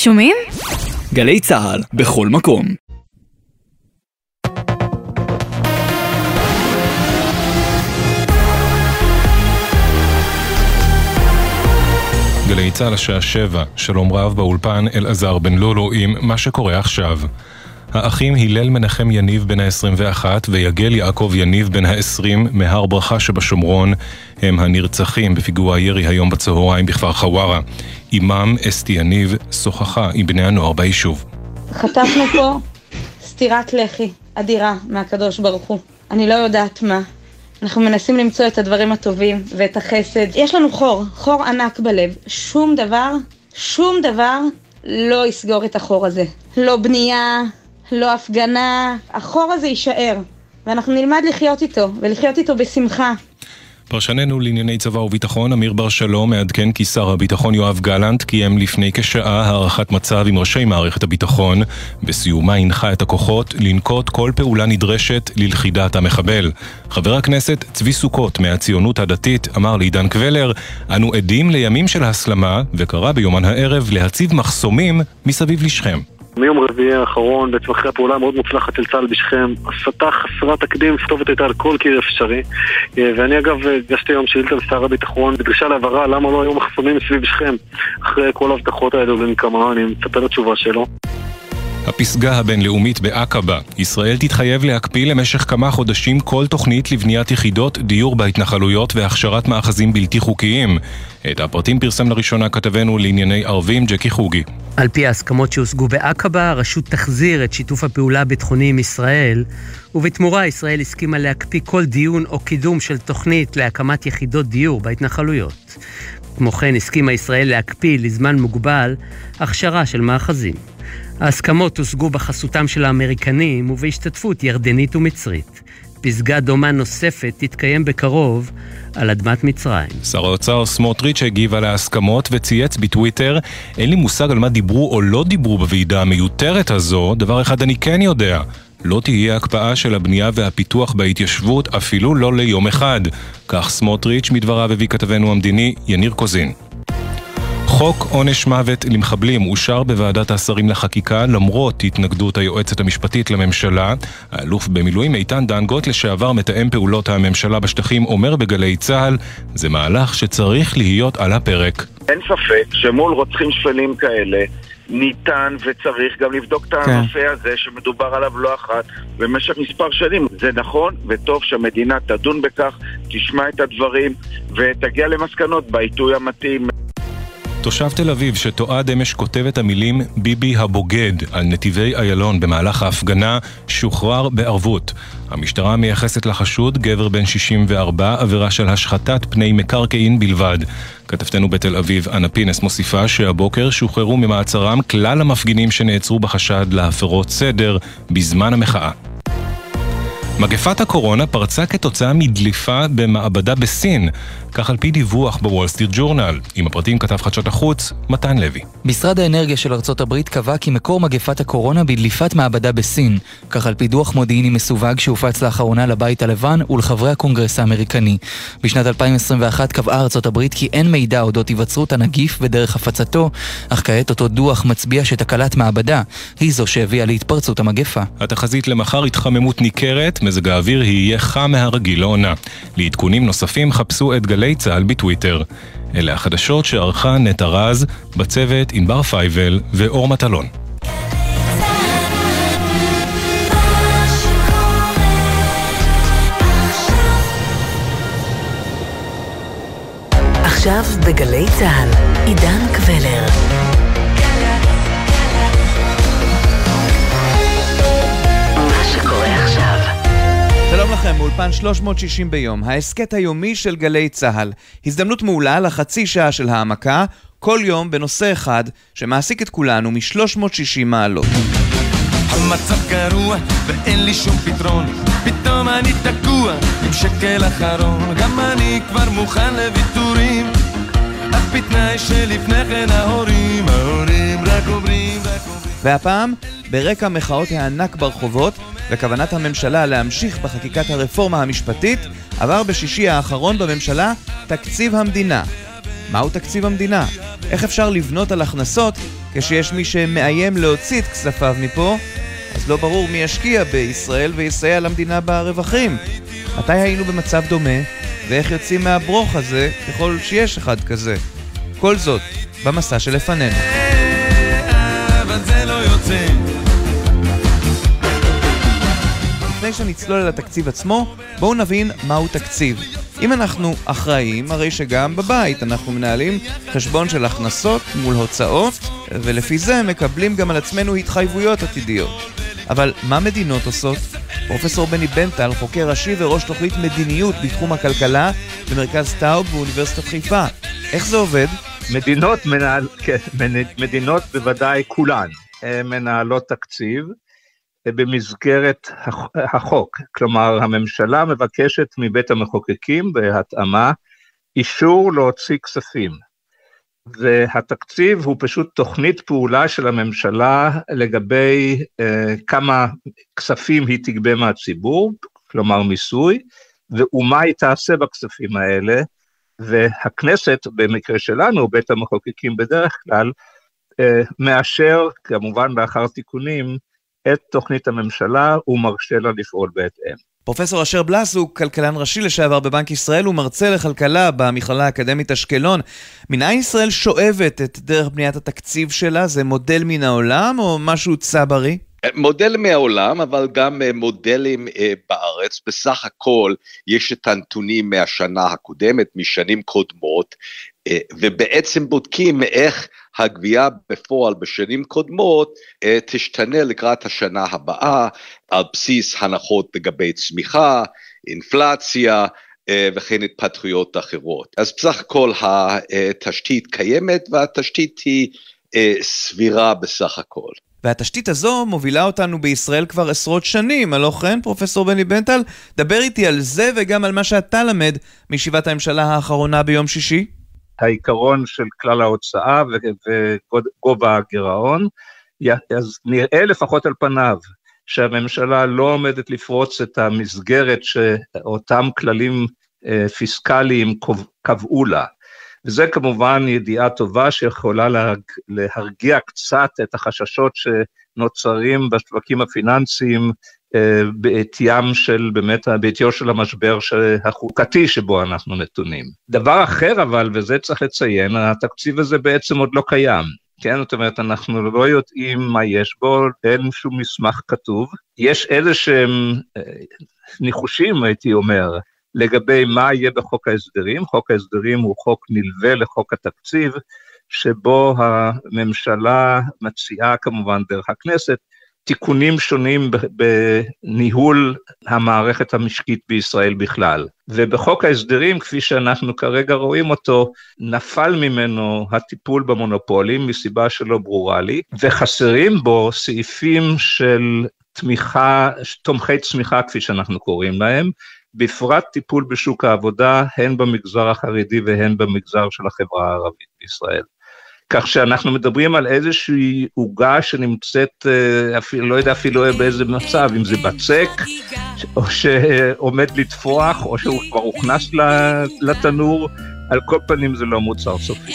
שומעים? גלי צהל, בכל מקום. גלי צהל השעה 7, שלום רב באולפן אלעזר בן לולו עם מה שקורה עכשיו. האחים הלל מנחם יניב בן ה-21 ויגל יעקב יניב בן ה-20 מהר ברכה שבשומרון הם הנרצחים בפיגוע הירי היום בצהריים בכפר חווארה. אימם אסתי יניב שוחחה עם בני הנוער ביישוב. חטפנו פה סתירת לחי אדירה מהקדוש ברוך הוא. אני לא יודעת מה. אנחנו מנסים למצוא את הדברים הטובים ואת החסד. יש לנו חור ענק בלב. שום דבר לא יסגור את החור הזה. לא בנייה, לא הפגנה. החור הזה יישאר, ואנחנו נלמד לחיות איתו, ולחיות איתו בשמחה. פרשננו לענייני צבא וביטחון אמיר בר שלום מעדכן כי שר הביטחון יואב גלנט קיים לפני כשעה הערכת מצב עם ראשי מערכת הביטחון. בסיומה הנחה את הכוחות לנקוט כל פעולה נדרשת ללכידת המחבל. חבר הכנסת צבי סוכות מהציונות הדתית אמר לעידן קבלר, אנו עדים לימים של הסלמה וקרא ביומן הערב להציב מחסומים מסביב לשכם. מיום רביעי האחרון, בצמחי הפעולה מאוד מוצלחת של צה"ל בשכם, הסתה חסרת תקדים, כתובת הייתה על כל קיר אפשרי. ואני אגב הגשתי היום שאילתה לשר הביטחון, בדרישה להבהרה למה לא היו מחסומים סביב שכם. אחרי כל ההבטחות האלו לנקמה, אני מצפה לתשובה שלו. הפסגה הבינלאומית בעקבה. ישראל תתחייב להקפיא למשך כמה חודשים כל תוכנית לבניית יחידות דיור בהתנחלויות והכשרת מאחזים בלתי חוקיים. את הפרטים פרסם לראשונה כתבנו לענייני ערבים ג'קי חוגי. על פי ההסכמות שהושגו בעקבה, הרשות תחזיר את שיתוף הפעולה הביטחוני עם ישראל, ובתמורה ישראל הסכימה להקפיא כל דיון או קידום של תוכנית להקמת יחידות דיור בהתנחלויות. כמו כן הסכימה ישראל להקפיא לזמן מוגבל הכשרה של מאחזים. ההסכמות הושגו בחסותם של האמריקנים ובהשתתפות ירדנית ומצרית. פסגה דומה נוספת תתקיים בקרוב על אדמת מצרים. שר האוצר סמוטריץ' הגיב על ההסכמות וצייץ בטוויטר, אין לי מושג על מה דיברו או לא דיברו בוועידה המיותרת הזו, דבר אחד אני כן יודע, לא תהיה הקפאה של הבנייה והפיתוח בהתיישבות אפילו לא ליום אחד. כך סמוטריץ' מדבריו הביא כתבנו המדיני יניר קוזין. חוק עונש מוות למחבלים אושר בוועדת השרים לחקיקה למרות התנגדות היועצת המשפטית לממשלה. האלוף במילואים איתן דנגוט לשעבר מתאם פעולות הממשלה בשטחים אומר בגלי צהל, זה מהלך שצריך להיות על הפרק. אין ספק שמול רוצחים שפלים כאלה ניתן וצריך גם לבדוק את הנושא הזה שמדובר עליו לא אחת במשך מספר שנים. זה נכון וטוב שהמדינה תדון בכך, תשמע את הדברים ותגיע למסקנות בעיתוי המתאים. תושב תל אביב שתועד אמש כותב את המילים ביבי הבוגד על נתיבי איילון במהלך ההפגנה שוחרר בערבות. המשטרה מייחסת לחשוד גבר בן 64 עבירה של השחתת פני מקרקעין בלבד. כתבתנו בתל אביב אנה פינס מוסיפה שהבוקר שוחררו ממעצרם כלל המפגינים שנעצרו בחשד להפרות סדר בזמן המחאה. מגפת הקורונה פרצה כתוצאה מדליפה במעבדה בסין, כך על פי דיווח בוול סטריט ג'ורנל. עם הפרטים כתב חדשות החוץ, מתן לוי. משרד האנרגיה של ארצות הברית קבע כי מקור מגפת הקורונה בדליפת מעבדה בסין, כך על פי דוח מודיעיני מסווג שהופץ לאחרונה לבית הלבן ולחברי הקונגרס האמריקני. בשנת 2021 קבעה ארצות הברית כי אין מידע אודות היווצרות הנגיף ודרך הפצתו, אך כעת אותו דוח מצביע שתקלת מעבדה היא זו שהביאה להתפרצות המגפה. התחזית למחר התחממות ניכרת, מזג האוויר יהיה חם מהרגיל לעונה. לעדכונים נוספים חפשו את גלי צהל בטוויטר. אלה החדשות שערכה נטע רז, בצוות ענבר פייבל ואור מטלון. עכשיו בגלי צהל, עידן קבלר. שלום לכם, באולפן 360 ביום, העסקת היומי של גלי צהל. הזדמנות מעולה לחצי שעה של העמקה, כל יום בנושא אחד שמעסיק את כולנו מ-360 מעלות. המצב גרוע ואין לי שום פתרון, פתאום אני תקוע עם שקל אחרון, גם אני כבר מוכן לוויתורים, אך בתנאי שלפני כן ההורים רק אומרים. והפעם, ברקע מחאות הענק ברחובות, וכוונת הממשלה להמשיך בחקיקת הרפורמה המשפטית, עבר בשישי האחרון בממשלה תקציב המדינה. מהו תקציב המדינה? איך אפשר לבנות על הכנסות כשיש מי שמאיים להוציא את כספיו מפה, אז לא ברור מי ישקיע בישראל ויסייע למדינה ברווחים. מתי היינו במצב דומה, ואיך יוצאים מהברוך הזה ככל שיש אחד כזה? כל זאת, במסע שלפנינו. אבל זה לא יוצא. לפני שנצלול על התקציב עצמו, בואו נבין מהו תקציב. אם אנחנו אחראים, הרי שגם בבית אנחנו מנהלים חשבון של הכנסות מול הוצאות, ולפי זה מקבלים גם על עצמנו התחייבויות עתידיות. אבל מה מדינות עושות? פרופסור בני בנטל, חוקר ראשי וראש תוכנית מדיניות בתחום הכלכלה במרכז טאוב באוניברסיטת חיפה. איך זה עובד? מדינות בוודאי כולן מנהלות תקציב במסגרת החוק. כלומר, הממשלה מבקשת מבית המחוקקים בהתאמה אישור להוציא כספים. והתקציב הוא פשוט תוכנית פעולה של הממשלה לגבי כמה כספים היא תגבה מהציבור, כלומר מיסוי, ומה היא תעשה בכספים האלה, והכנסת, במקרה שלנו, בית המחוקקים בדרך כלל, מאשר, כמובן לאחר תיקונים, את תוכנית הממשלה ומרשה לה לפעול בהתאם. פרופסור אשר בלס הוא כלכלן ראשי לשעבר בבנק ישראל, הוא מרצה לכלכלה במכללה האקדמית אשקלון. מנין ישראל שואבת את דרך בניית התקציב שלה? זה מודל מן העולם או משהו צברי? מודל מהעולם, אבל גם מודלים בארץ. בסך הכל יש את הנתונים מהשנה הקודמת, משנים קודמות, ובעצם בודקים איך הגבייה בפועל בשנים קודמות תשתנה לקראת השנה הבאה, על בסיס הנחות לגבי צמיחה, אינפלציה, וכן התפתחויות אחרות. אז בסך הכל התשתית קיימת, והתשתית היא סבירה בסך הכל. והתשתית הזו מובילה אותנו בישראל כבר עשרות שנים, הלא כן, פרופסור בני בנטל? דבר איתי על זה וגם על מה שאתה למד מישיבת הממשלה האחרונה ביום שישי. העיקרון של כלל ההוצאה וגובה הגירעון, אז נראה לפחות על פניו שהממשלה לא עומדת לפרוץ את המסגרת שאותם כללים פיסקליים קבעו לה. וזה כמובן ידיעה טובה שיכולה להרגיע קצת את החששות שנוצרים בשווקים הפיננסיים בעתיים של באמת, בעתיו של המשבר החוקתי שבו אנחנו נתונים. דבר אחר אבל, וזה צריך לציין, התקציב הזה בעצם עוד לא קיים. כן, זאת אומרת, אנחנו לא יודעים מה יש בו, אין שום מסמך כתוב. יש איזשהם ניחושים, הייתי אומר, לגבי מה יהיה בחוק ההסדרים. חוק ההסדרים הוא חוק נלווה לחוק התקציב, שבו הממשלה מציעה כמובן דרך הכנסת, תיקונים שונים בניהול המערכת המשקית בישראל בכלל. ובחוק ההסדרים, כפי שאנחנו כרגע רואים אותו, נפל ממנו הטיפול במונופולים, מסיבה שלא ברורה לי, וחסרים בו סעיפים של תמיכה, תומכי צמיחה כפי שאנחנו קוראים להם, בפרט טיפול בשוק העבודה, הן במגזר החרדי והן במגזר של החברה הערבית בישראל. כך שאנחנו מדברים על איזושהי עוגה שנמצאת, אפילו, לא יודע אפילו באיזה מצב, אם זה בצק, או שעומד לתפוח, או שהוא כבר הוכנס לתנור, על כל פנים זה לא מוצר סופי.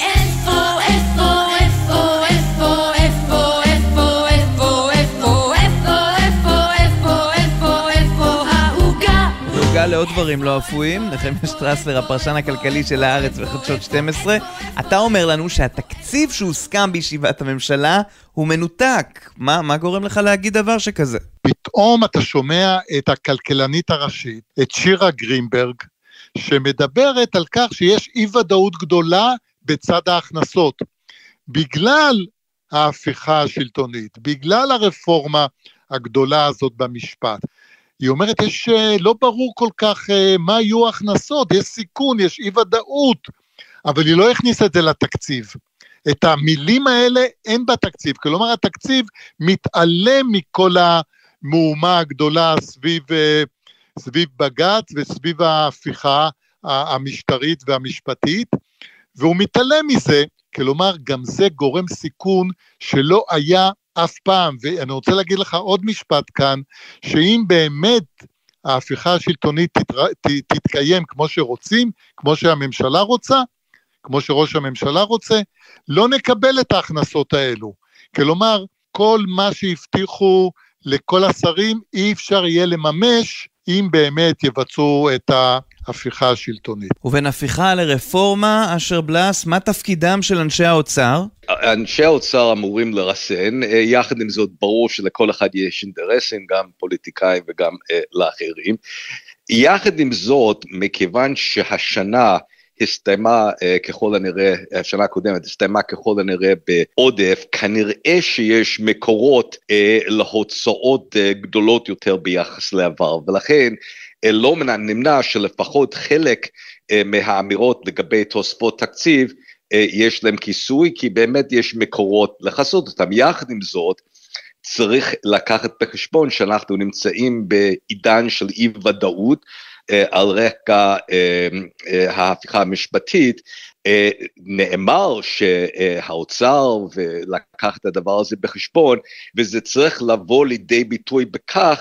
לעוד דברים לא אפויים, נחמיה שטרסלר, הפרשן הכלכלי של הארץ וחדשות 12, אתה אומר לנו שהתקציב שהוסכם בישיבת הממשלה הוא מנותק. מה גורם לך להגיד דבר שכזה? פתאום אתה שומע את הכלכלנית הראשית, את שירה גרינברג, שמדברת על כך שיש אי ודאות גדולה בצד ההכנסות. בגלל ההפיכה השלטונית, בגלל הרפורמה הגדולה הזאת במשפט. היא אומרת, יש לא ברור כל כך מה יהיו ההכנסות, יש סיכון, יש אי ודאות, אבל היא לא הכניסה את זה לתקציב. את המילים האלה אין בתקציב, כלומר התקציב מתעלם מכל המהומה הגדולה סביב בג"ץ וסביב ההפיכה המשטרית והמשפטית, והוא מתעלם מזה, כלומר גם זה גורם סיכון שלא היה אף פעם. ואני רוצה להגיד לך עוד משפט כאן, שאם באמת ההפיכה השלטונית תתקיים כמו שרוצים, כמו שהממשלה רוצה, כמו שראש הממשלה רוצה, לא נקבל את ההכנסות האלו. כלומר, כל מה שהבטיחו לכל השרים אי אפשר יהיה לממש, אם באמת יבצעו את ההפיכה השלטונית. ובין הפיכה לרפורמה, אשר בלס, מה תפקידם של אנשי האוצר? אנשי האוצר אמורים לרסן, יחד עם זאת ברור שלכל אחד יש אינטרסים, גם פוליטיקאים וגם לאחרים. יחד עם זאת, מכיוון שהשנה הסתיימה ככל הנראה, השנה הקודמת הסתיימה ככל הנראה בעודף, כנראה שיש מקורות להוצאות גדולות יותר ביחס לעבר, ולכן לא נמנע שלפחות חלק מהאמירות לגבי תוספות תקציב, יש להם כיסוי, כי באמת יש מקורות לחסות אותם. יחד עם זאת, צריך לקחת בחשבון שאנחנו נמצאים בעידן של אי ודאות, על רקע ההפיכה המשפטית, נאמר שהאוצר ולקח את הדבר הזה בחשבון, וזה צריך לבוא לידי ביטוי בכך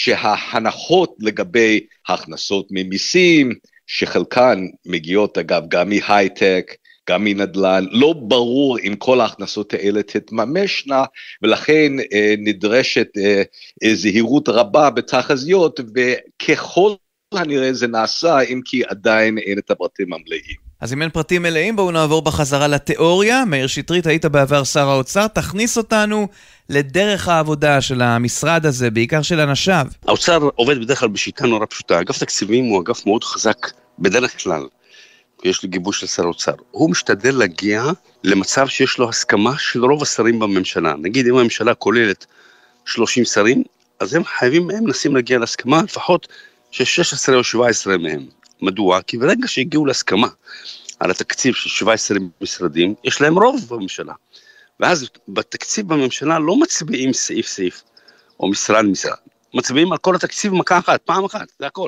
שההנחות לגבי הכנסות ממיסים, שחלקן מגיעות אגב גם מהייטק, גם מנדל"ן, לא ברור אם כל ההכנסות האלה תתממשנה, ולכן נדרשת זהירות רבה בתחזיות, וככל הנראה זה נעשה, אם כי עדיין אין את הפרטים המלאים. אז אם אין פרטים מלאים, בואו נעבור בחזרה לתיאוריה. מאיר שטרית, היית בעבר שר האוצר, תכניס אותנו לדרך העבודה של המשרד הזה, בעיקר של אנשיו. האוצר עובד בדרך כלל בשיטה נורא פשוטה. אגף תקציבים הוא אגף מאוד חזק בדרך כלל. יש לי גיבוש של שר האוצר. הוא משתדל להגיע למצב שיש לו הסכמה של רוב השרים בממשלה. נגיד אם הממשלה כוללת 30 שרים, אז הם חייבים, הם מנסים להגיע להסכמה לפחות של 16 או 17 מהם. מדוע? כי ברגע שהגיעו להסכמה על התקציב של 17 משרדים, יש להם רוב בממשלה. ואז בתקציב בממשלה לא מצביעים סעיף סעיף, או משרד משרד. מצביעים על כל התקציב מכה אחת, פעם אחת, זה הכל.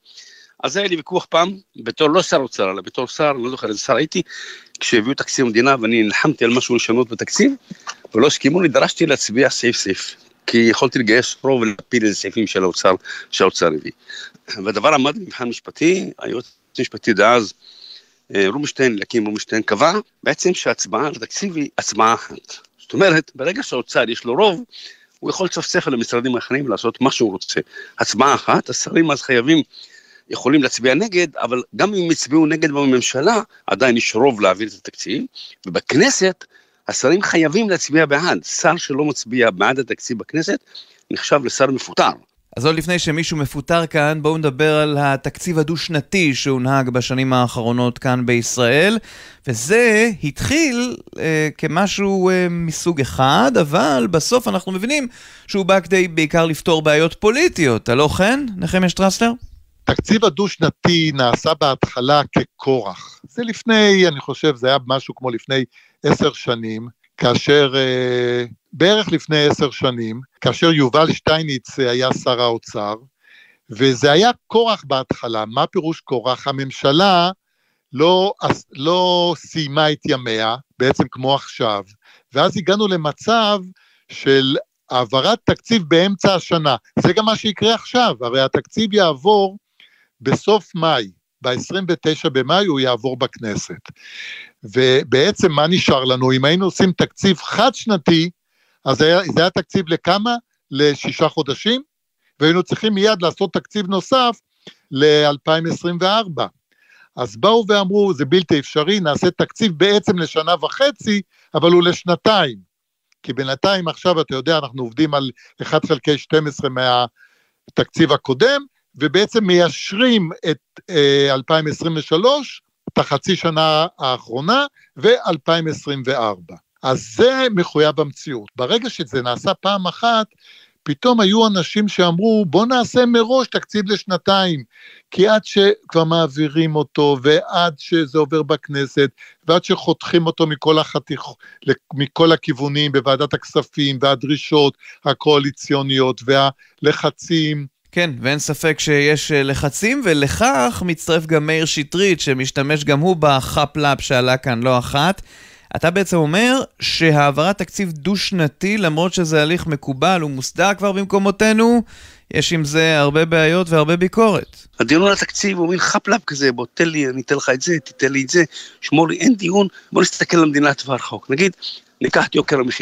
אז היה לי ויכוח פעם, בתור לא שר אוצר, אלא בתור שר, אני לא זוכר איזה שר הייתי, כשהביאו תקציב המדינה ואני נלחמתי על משהו לשנות בתקציב, ולא הסכימו לי, דרשתי להצביע סעיף סעיף. כי יכולתי לגייס רוב ולהפיל איזה סעיפים של האוצר הביא. והדבר עמד במבחן משפטי, היועץ המשפטי דאז, רובינשטיין קבע, בעצם שההצבעה על התקציב היא הצבעה אחת. זאת אומרת, ברגע שהאוצר יש לו רוב, הוא יכול לצפצף על המשרדים האחרים ולעשות מה שהוא רוצה. הצבעה אחת, השרים אז יכולים להצביע נגד, אבל גם אם יצביעו נגד בממשלה, עדיין יש רוב להעביר את התקציב, ובכנסת, השרים חייבים להצביע בעד. שר שלא מצביע בעד התקציב בכנסת, נחשב לשר מפוטר. אז עוד לפני שמישהו מפוטר כאן, בואו נדבר על התקציב הדו-שנתי שהונהג בשנים האחרונות כאן בישראל, וזה התחיל כמשהו מסוג אחד, אבל בסוף אנחנו מבינים שהוא בא כדי בעיקר לפתור בעיות פוליטיות, הלא כן, נחמיה שטרסלר? תקציב הדו-שנתי נעשה בהתחלה כקורח. זה לפני, אני חושב, זה היה משהו כמו לפני 10 שנים, כאשר, בערך לפני 10 שנים, כאשר יובל שטייניץ היה שר האוצר, וזה היה קורח בהתחלה. מה פירוש קורח? הממשלה לא סיימה את ימיה, בעצם כמו עכשיו, ואז הגענו למצב של העברת תקציב באמצע השנה. זה גם מה שיקרה עכשיו, הרי התקציב יעבור בסוף מאי, ב-29 במאי הוא יעבור בכנסת. ובעצם מה נשאר לנו? אם היינו עושים תקציב חד שנתי, אז זה היה תקציב לכמה? ל6 חודשים, והיינו צריכים מיד לעשות תקציב נוסף ל-2024. אז באו ואמרו, זה בלתי אפשרי, נעשה תקציב בעצם לשנה וחצי, אבל הוא לשנתיים. כי בינתיים עכשיו, אתה יודע, אנחנו עובדים על 1/12 מהתקציב הקודם, ובעצם מיישרים את 2023, את החצי שנה האחרונה, ו-2024. אז זה מחויב במציאות. ברגע שזה נעשה פעם אחת, פתאום היו אנשים שאמרו, בוא נעשה מראש תקציב לשנתיים, כי עד שכבר מעבירים אותו, ועד שזה עובר בכנסת, ועד שחותכים אותו מכל הכיוונים, בוועדת הכספים, והדרישות הקואליציוניות, והלחצים. כן, ואין ספק שיש לחצים, ולכך מצטרף גם מאיר שטרית, שמשתמש גם הוא בחפלאפ שעלה כאן לא אחת. אתה בעצם אומר שהעברת תקציב דו-שנתי, למרות שזה הליך מקובל ומוסדר כבר במקומותינו, יש עם זה הרבה בעיות והרבה ביקורת. הדיון על התקציב הוא מין חפלאפ כזה, בוא תן לי, אני אתן לך את זה, תתן לי את זה, שמור לי, אין דיון, בוא נסתכל על המדינה לטווח רחוק. נגיד, ניקח את יוקר המחיה,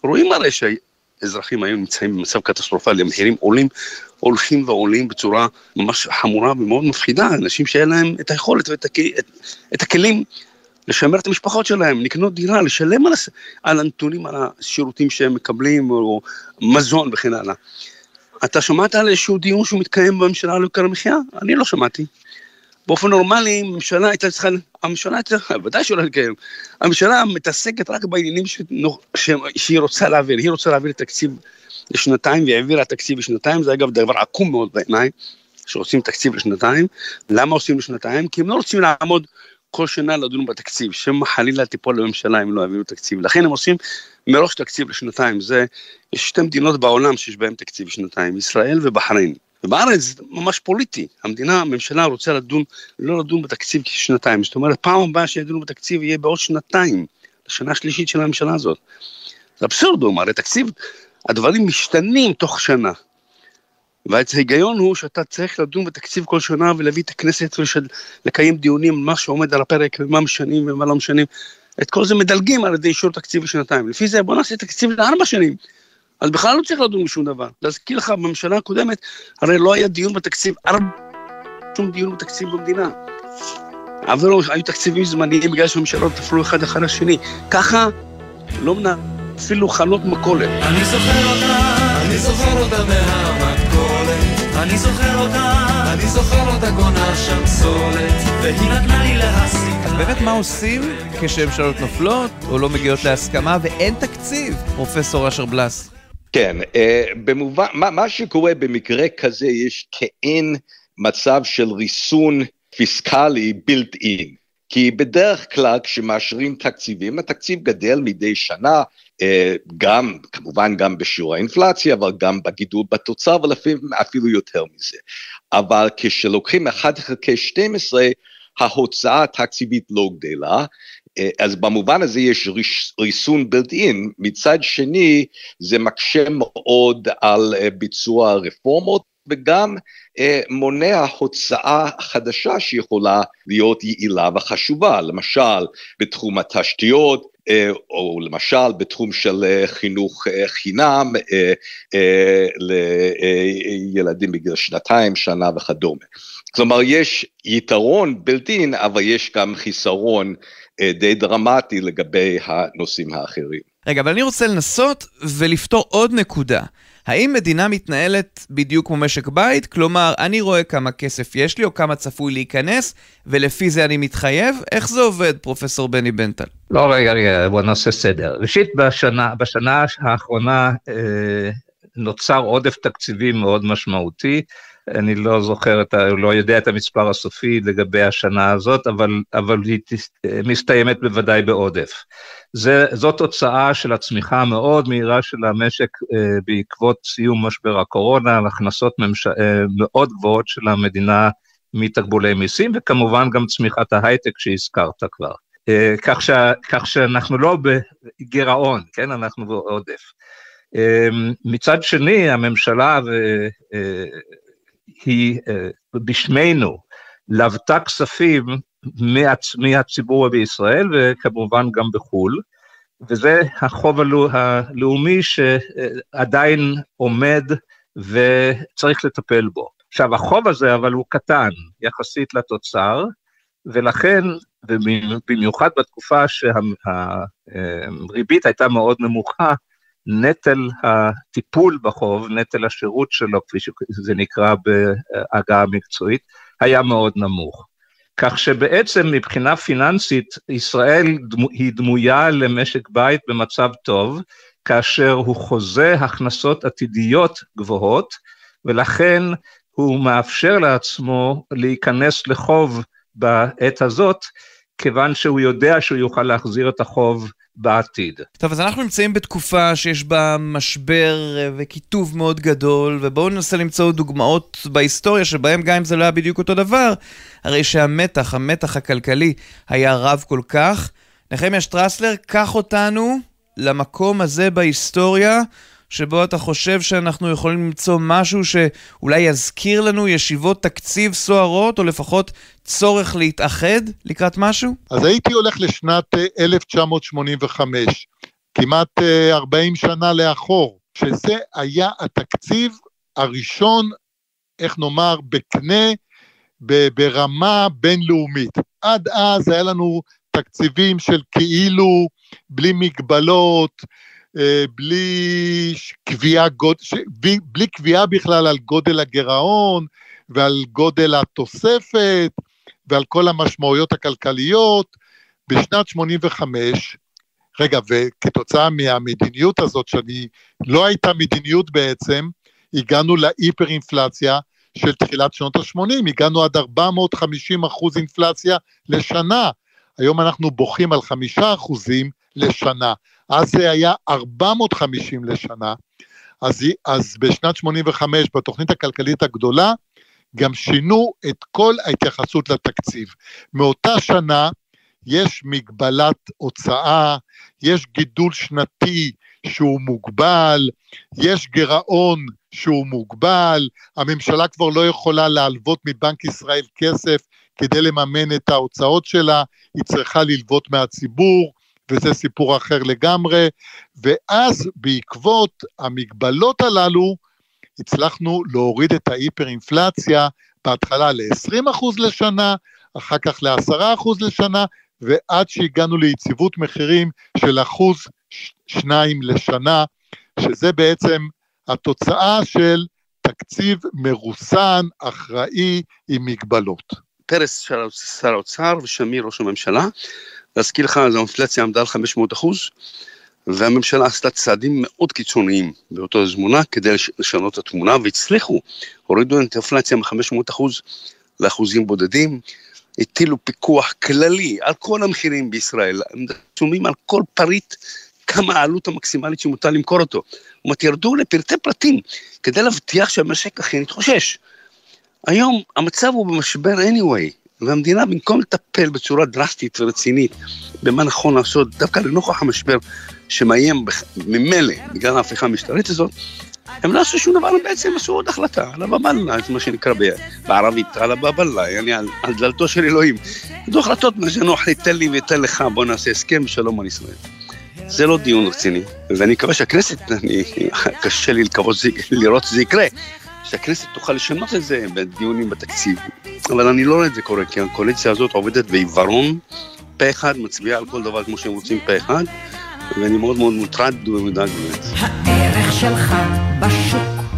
רואים הרי שהאזרחים היום נמצאים במצב קטסטרופלי, המחירים הולכים ועולים בצורה ממש חמורה ומאוד מפחידה, אנשים שאין להם את היכולת ואת הכלים לשמר את המשפחות שלהם, לקנות דירה, לשלם על הנתונים, על השירותים שהם מקבלים, או מזון וכן הלאה. אתה שמעת על איזשהו דיון שהוא מתקיים בממשלה על יוקר המחיה? אני לא שמעתי. באופן נורמלי, הממשלה הייתה צריכה, ודאי שלא לקיים, הממשלה מתעסקת רק בעניינים שהיא רוצה להעביר, היא רוצה להעביר תקציב לשנתיים, והעבירה תקציב לשנתיים, זה אגב דבר עקום מאוד בעיניי, שעושים תקציב לשנתיים. למה עושים לשנתיים? כי הם לא רוצים לעמוד כל שנה לדון בתקציב, שמה חלילה תיפול לממשלה אם לא יעבירו תקציב, לכן הם עושים מראש תקציב לשנתיים. יש שתי מדינות בעולם שיש בהם תקציב לשנתיים, ישראל ובחריין. ובארץ זה ממש פוליטי, הממשלה רוצה לא לדון בתקציב כשנתיים, זאת אומרת, פעם הבאה שידונו בתקציב יהיה בעוד שנתיים, לשנה השלישית של הממשלה הזאת. זה אבסורד, הרי תקציב, הדברים משתנים תוך שנה, וההיגיון הוא שאתה צריך לדון בתקציב כל שנה, ולהביא את הכנסת ולקיים דיונים, מה שעומד על הפרק, ומה משנים ומה לא משנים, את כל זה מדלגים על ידי אישור תקציב לשנתיים, לפי זה בוא נעשה תקציב ל4 שנים, אז בכלל לא צריך לדון בשום דבר. להזכיר לך, בממשלה הקודמת, הרי לא היה דיון בתקציב, שום דיון בתקציב במדינה. אבל לא, היו תקציבים זמניים בגלל שהממשלות תפלו אחד אחר השני. ככה לא אפילו חנות מכולת. אני זוכר אותה מהמכולת, אני זוכר אותה קונה שם סולת, והיא נתנה לי להסיק. אז באמת מה עושים כשממשלות נופלות או לא מגיעות להסכמה ואין תקציב, פרופסור אשר בלס? כן, במובן, מה שקורה במקרה כזה, יש כאין מצב של ריסון פיסקלי built in, כי בדרך כלל כשמאשרים תקציבים, התקציב גדל מדי שנה, גם, כמובן גם בשיעור האינפלציה, אבל גם בגידול בתוצר, ולפעמים אפילו יותר מזה. אבל כשלוקחים 1/12, ההוצאה התקציבית לא גדלה, אז במובן הזה יש ריסון בלתי-אין. מצד שני, זה מקשה מאוד על ביצוע הרפורמות, וגם מונע הוצאה חדשה שיכולה להיות יעילה וחשובה, למשל בתחום התשתיות, או למשל בתחום של חינוך חינם לילדים בגיל 2, שנה וכדומה. כלומר, יש יתרון בלתי-אין, אבל יש גם חיסרון די דרמטי לגבי הנושאים האחרים. רגע, אבל אני רוצה לנסות ולפתור עוד נקודה. האם מדינה מתנהלת בדיוק כמו משק בית? כלומר, אני רואה כמה כסף יש לי או כמה צפוי להיכנס, ולפי זה אני מתחייב? איך זה עובד, פרופסור בני בנטל? לא, רגע, בוא נעשה סדר. ראשית, בשנה האחרונה נוצר עודף תקציבי מאוד משמעותי, אני לא זוכר, לא יודע את המספר הסופי לגבי השנה הזאת, אבל היא מסתיימת בוודאי בעודף. זאת תוצאה של הצמיחה המאוד מהירה של המשק בעקבות סיום משבר הקורונה, על הכנסות מאוד גבוהות של המדינה מתקבולי מיסים, וכמובן גם צמיחת ההייטק שהזכרת כבר. כך שאנחנו לא בגירעון, כן? אנחנו בעודף. מצד שני, הממשלה היא בשמנו לבטה כספים מהציבור בישראל וכמובן גם בחול, וזה החוב הלאומי שעדיין עומד וצריך לטפל בו. עכשיו החוב הזה אבל הוא קטן יחסית לתוצר, ולכן במיוחד בתקופה שהריבית הייתה מאוד נמוכה, נטל הטיפול בחוב, נטל השירות שלו, כפי שזה נקרא בהגה המקצועית, היה מאוד נמוך. כך שבעצם מבחינה פיננסית, ישראל היא דמויה למשק בית במצב טוב, כאשר הוא חוזה הכנסות עתידיות גבוהות, ולכן הוא מאפשר לעצמו להיכנס לחוב בעת הזאת, כיוון שהוא יודע שהוא יוכל להחזיר את החוב בעתיד. טוב, אז אנחנו נמצאים בתקופה שיש בה משבר וכיתוב מאוד גדול, ובואו ננסה למצוא דוגמאות בהיסטוריה שבהם גם אם זה לא היה בדיוק אותו דבר, הרי שהמתח הכלכלי היה רב כל כך. נחמיה שטרסלר, קח אותנו למקום הזה בהיסטוריה, שבו אתה חושב שאנחנו יכולים למצוא משהו שאולי יזכיר לנו ישיבות תקציב סוערות, או לפחות צורך להתאחד לקראת משהו? אז הייתי הולך לשנת 1985. כמעט 40 שנה לאחור, שזה היה התקציב הראשון, איך נאמר, בקנה, ברמה בינלאומית. עד אז היה לנו תקציבים של כאילו, בלי מגבלות, בלי קביעה בכלל על גודל הגירעון, ועל גודל התוספת, ועל כל המשמעויות הכלכליות. בשנת 85, רגע, וכתוצאה מהמדיניות הזאת, לא הייתה מדיניות בעצם, הגענו להיפר-אינפלציה של תחילת שנות ה-80, הגענו עד 450% אינפלציה לשנה, היום אנחנו בוכים על 5% לשנה, אז זה היה 450 לשנה, אז בשנת 85, בתוכנית הכלכלית הגדולה, גם שינו את כל ההתייחסות לתקציב. מאותה שנה, יש מגבלת הוצאה, יש גידול שנתי שהוא מוגבל, יש גירעון שהוא מוגבל, הממשלה כבר לא יכולה להלוות מבנק ישראל כסף כדי לממן את ההוצאות שלה, היא צריכה ללוות מהציבור, וזה סיפור אחר לגמרי, ואז בעקבות המגבלות הללו, הצלחנו להוריד את ההיפר-אינפלציה, בהתחלה ל-20% לשנה, אחר כך ל-10% לשנה, ועד שהגענו ליציבות מחירים של 1-2% לשנה, שזה בעצם התוצאה של תקציב מרוסן, אחראי, עם מגבלות. פרס שר האוצר ושמיר ראש הממשלה, להזכיר לך, אז האינפלציה עמדה על 500%, והממשלה עשתה צעדים מאוד קיצוניים באותו זמונה, כדי לשנות את התמונה, והצליחו, הורידו את האינפלציה מ-500% לאחוזים בודדים, הטילו פיקוח כללי על כל המחירים בישראל, הם שומעים על כל פריט כמה העלות המקסימלית שמותר למכור אותו, ומתירדו לפרטי פרטים, כדי להבטיח שהמשק אכן יתחושש. היום המצב הוא במשבר anyway, והמדינה במקום לטפל בצורה דרסטית ורצינית, במה נכון לעשות, דווקא לנוכח המשבר שמאיים ממילא, בגלל ההפיכה המשטרית הזאת, הם לא עשו שום דבר, בעצם עשו עוד החלטה, על הבבלה, זה מה שנקרא בערבית, על הבבלה, על דלתו של אלוהים. זו החלטות, מה שנוח ניתן לי ויתן לך, בוא נעשה הסכם ושלום על ישראל. זה לא דיון רציני, ואני מקווה שהכנסת, קשה לי לראות שזה יקרה, שהכנסת תוכל לשנות את זה בדיונים בתקציב, אבל אני לא רואה את זה קורה, כי הקואליציה הזאת עובדת בעיוורון, פה אחד, מצביעה על כל דבר כמו שהם רוצים פה אחד, ואני מאוד מאוד מוטרד ומודאג באמת. הערך שלך בשוק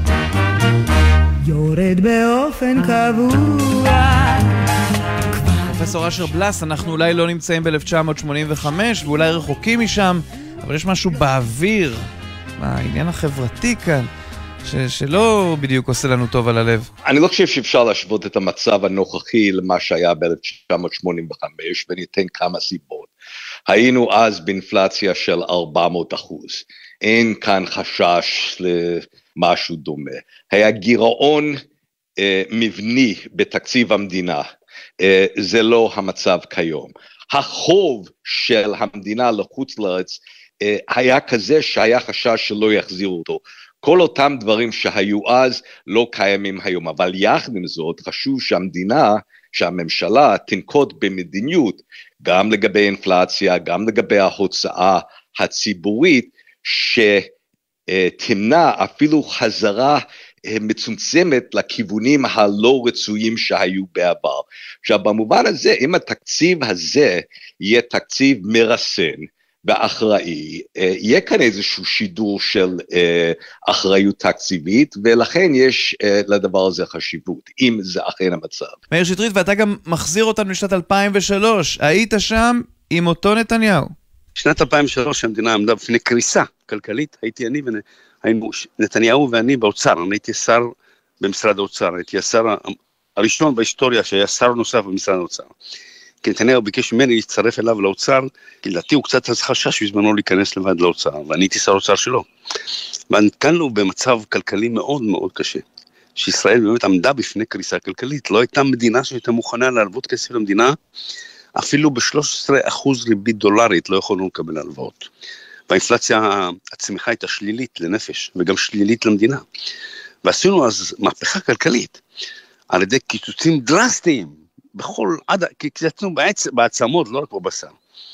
יורד באופן קבוע. פרופסור אשר בלס, אנחנו אולי לא נמצאים ב-1985 ואולי רחוקים משם, אבל יש משהו באוויר, העניין החברתי כאן, שלא בדיוק עושה לנו טוב על הלב. אני לא חושב שאפשר להשוות את המצב הנוכחי למה שהיה ב-1985, וניתן כמה סיבות. היינו אז באינפלציה של 400%. אין כאן חשש למשהו דומה. היה גירעון מבני בתקציב המדינה. זה לא המצב כיום. החוב של המדינה לחוץ לארץ היה כזה שהיה חשש שלא יחזירו אותו. כל אותם דברים שהיו אז לא קיימים היום, אבל יחד עם זאת חשוב שהממשלה תנקוט במדיניות, גם לגבי אינפלציה, גם לגבי ההוצאה הציבורית, שתמנע אפילו חזרה מצומצמת לכיוונים הלא רצויים שהיו בעבר. עכשיו במובן הזה, אם התקציב הזה יהיה תקציב מרסן, ואחראי, יהיה כאן איזשהו שידור של אחריות תקציבית, ולכן יש לדבר הזה חשיבות, אם זה אכן המצב. מאיר שטרית, ואתה גם מחזיר אותנו לשנת 2003, היית שם עם אותו נתניהו. שנת 2003 המדינה עמדה בפני קריסה כלכלית, הייתי אני נתניהו ואני באוצר, אני הייתי שר במשרד האוצר, הייתי השר הראשון בהיסטוריה שהיה שר נוסף במשרד האוצר. כי נתניהו ביקש ממני להצטרף אליו לאוצר, כי לדעתי הוא קצת חשש בזמנו להיכנס לבד לאוצר, ואני הייתי שר האוצר שלו. ונתקלנו במצב כלכלי מאוד מאוד קשה, שישראל באמת עמדה בפני קריסה כלכלית, לא הייתה מדינה שהייתה מוכנה להלוות כסף למדינה, אפילו ב-13% ריבית דולרית לא יכולנו לקבל הלוואות. והאינפלציה, הצמיחה הייתה שלילית לנפש, וגם שלילית למדינה. ועשינו אז מהפכה כלכלית, על ידי קיצוצים דרסטיים, קיצצנו בעצמות, לא רק בבשר.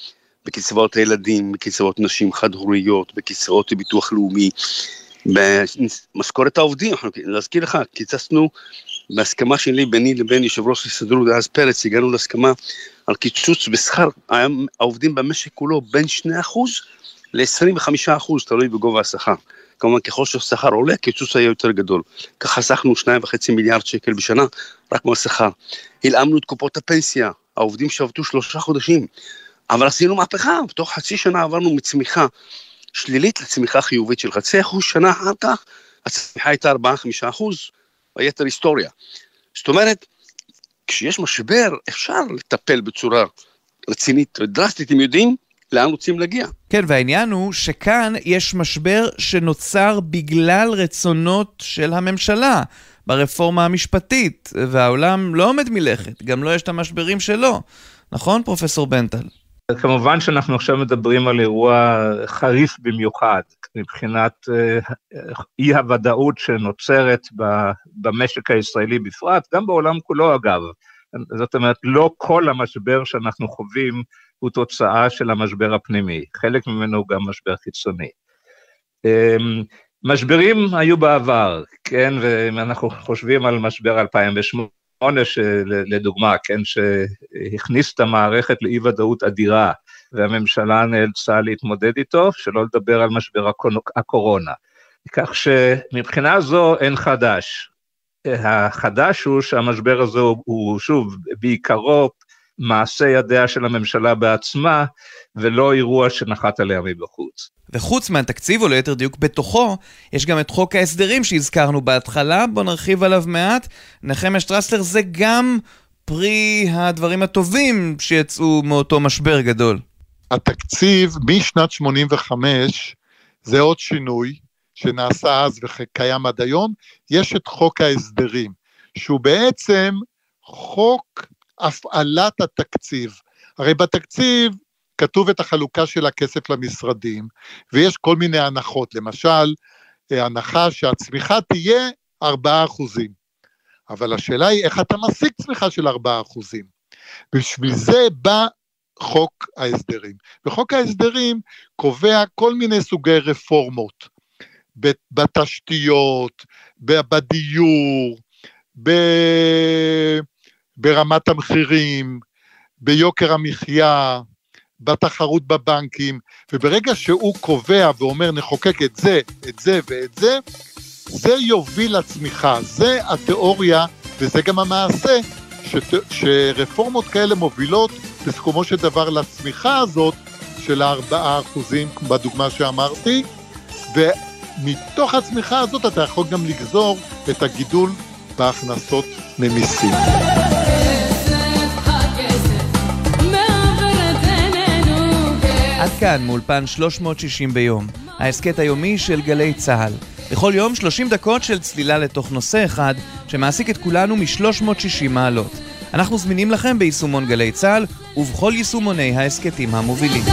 בקצבאות הילדים, בקצבאות נשים חד-הוריות, בקצבאות ביטוח לאומי, במשכורת העובדים. להזכיר לך, קיצצנו בהסכמה שלי ביני לבין יושב ראש ההסתדרות דאז פרץ, הגענו להסכמה על קיצוץ בשכר העובדים במשק כולו בין 2% ל-25%, תלוי בגובה השכר. כמובן ככל שהשכר עולה, קיצוץ היה יותר גדול. כך חסכנו 2.5 מיליארד שקל בשנה, רק מהשכר. הלאמנו את קופות הפנסיה, העובדים שעבדו 3 חודשים, אבל עשינו מהפכה, בתוך חצי שנה עברנו מצמיחה שלילית לצמיחה חיובית של 0.5%, שנה אחר כך הצמיחה הייתה 4-5%, היתר היסטוריה. זאת אומרת, כשיש משבר אפשר לטפל בצורה רצינית ודרסטית, הם יודעים לאן רוצים להגיע. כן, והעניין הוא שכאן יש משבר שנוצר בגלל רצונות של הממשלה ברפורמה המשפטית, והעולם לא עומד מלכת, גם לא יש את המשברים שלו. נכון, פרופסור בנטל? כמובן שאנחנו עכשיו מדברים על אירוע חריף במיוחד, מבחינת אי הוודאות שנוצרת במשק הישראלי בפרט, גם בעולם כולו אגב. זאת אומרת, לא כל המשבר שאנחנו חווים הוא תוצאה של המשבר הפנימי, חלק ממנו הוא גם משבר חיצוני. משברים היו בעבר, כן, ואם אנחנו חושבים על משבר 2008, לדוגמה, כן, שהכניס את המערכת לאי ודאות אדירה, והממשלה נאלצה להתמודד איתו, שלא לדבר על משבר הקורונה. כך שמבחינה זו אין חדש. החדש הוא שהמשבר הזה הוא שוב בעיקרו מעשה ידיה של הממשלה בעצמה, ולא אירוע שנחת עליה מבחוץ. וחוץ מהתקציב, או ליתר דיוק בתוכו, יש גם את חוק ההסדרים שהזכרנו בהתחלה, בוא נרחיב עליו מעט. נחמיה שטרסלר, זה גם פרי הדברים הטובים שיצאו מאותו משבר גדול. התקציב משנת 85, זה עוד שינוי שנעשה אז וקיים עד היום, יש את חוק ההסדרים, שהוא בעצם חוק הפעלת התקציב. הרי בתקציב כתוב את החלוקה של הכסף למשרדים, ויש כל מיני הנחות, למשל, הנחה שהצמיחה תהיה 4%. אבל השאלה היא, איך אתה משיג צמיחה של 4%? בשביל זה בא חוק ההסדרים. וחוק ההסדרים קובע כל מיני סוגי רפורמות, בתשתיות, בדיור, ברמת המחירים, ביוקר המחיה, בתחרות בבנקים, וברגע שהוא קובע ואומר נחוקק את זה, את זה ואת זה, זה יוביל לצמיחה, זה התיאוריה וזה גם המעשה, שרפורמות כאלה מובילות בסיכומו של דבר לצמיחה הזאת של 4%, בדוגמה שאמרתי, ומתוך הצמיחה הזאת אתה יכול גם לגזור את הגידול בהכנסות ממיסים. עד כאן מאולפן 360 ביום, ההסקט היומי של גלי צהל. בכל יום 30 דקות של צלילה לתוך נושא אחד שמעסיק את כולנו מ-360 מעלות. אנחנו זמינים לכם ביישומון גלי צהל ובכל יישומוני ההסקטים המובילים.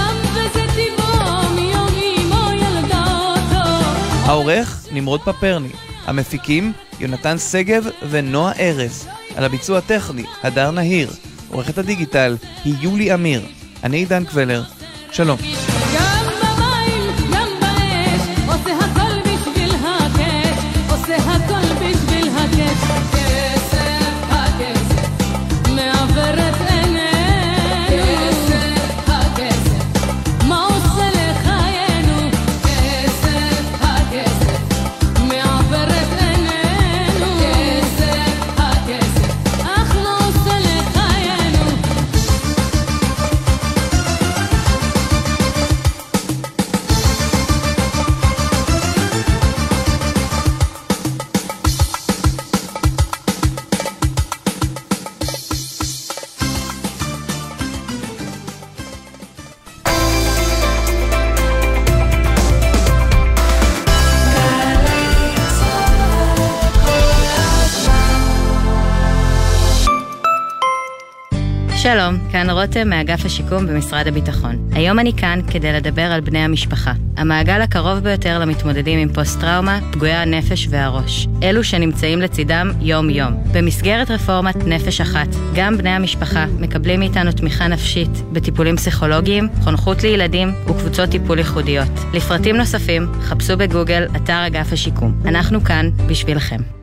העורך נמרוד פפרני, המפיקים יונתן סגב ונועה ארז, על הביצוע הטכני הדר נהיר, עורכת הדיגיטל היא יולי אמיר. אני עידן קבלר, שלום. שלום, כאן רותם מאגף השיקום במשרד הביטחון. היום אני כאן כדי לדבר על בני המשפחה. המעגל הקרוב ביותר למתמודדים עם פוסט-טראומה, פגועי הנפש והראש. אלו שנמצאים לצידם יום-יום. במסגרת רפורמת נפש אחת, גם בני המשפחה מקבלים מאיתנו תמיכה נפשית בטיפולים פסיכולוגיים, חונכות לילדים וקבוצות טיפול ייחודיות. לפרטים נוספים, חפשו בגוגל אתר אגף השיקום. אנחנו כאן בשבילכם.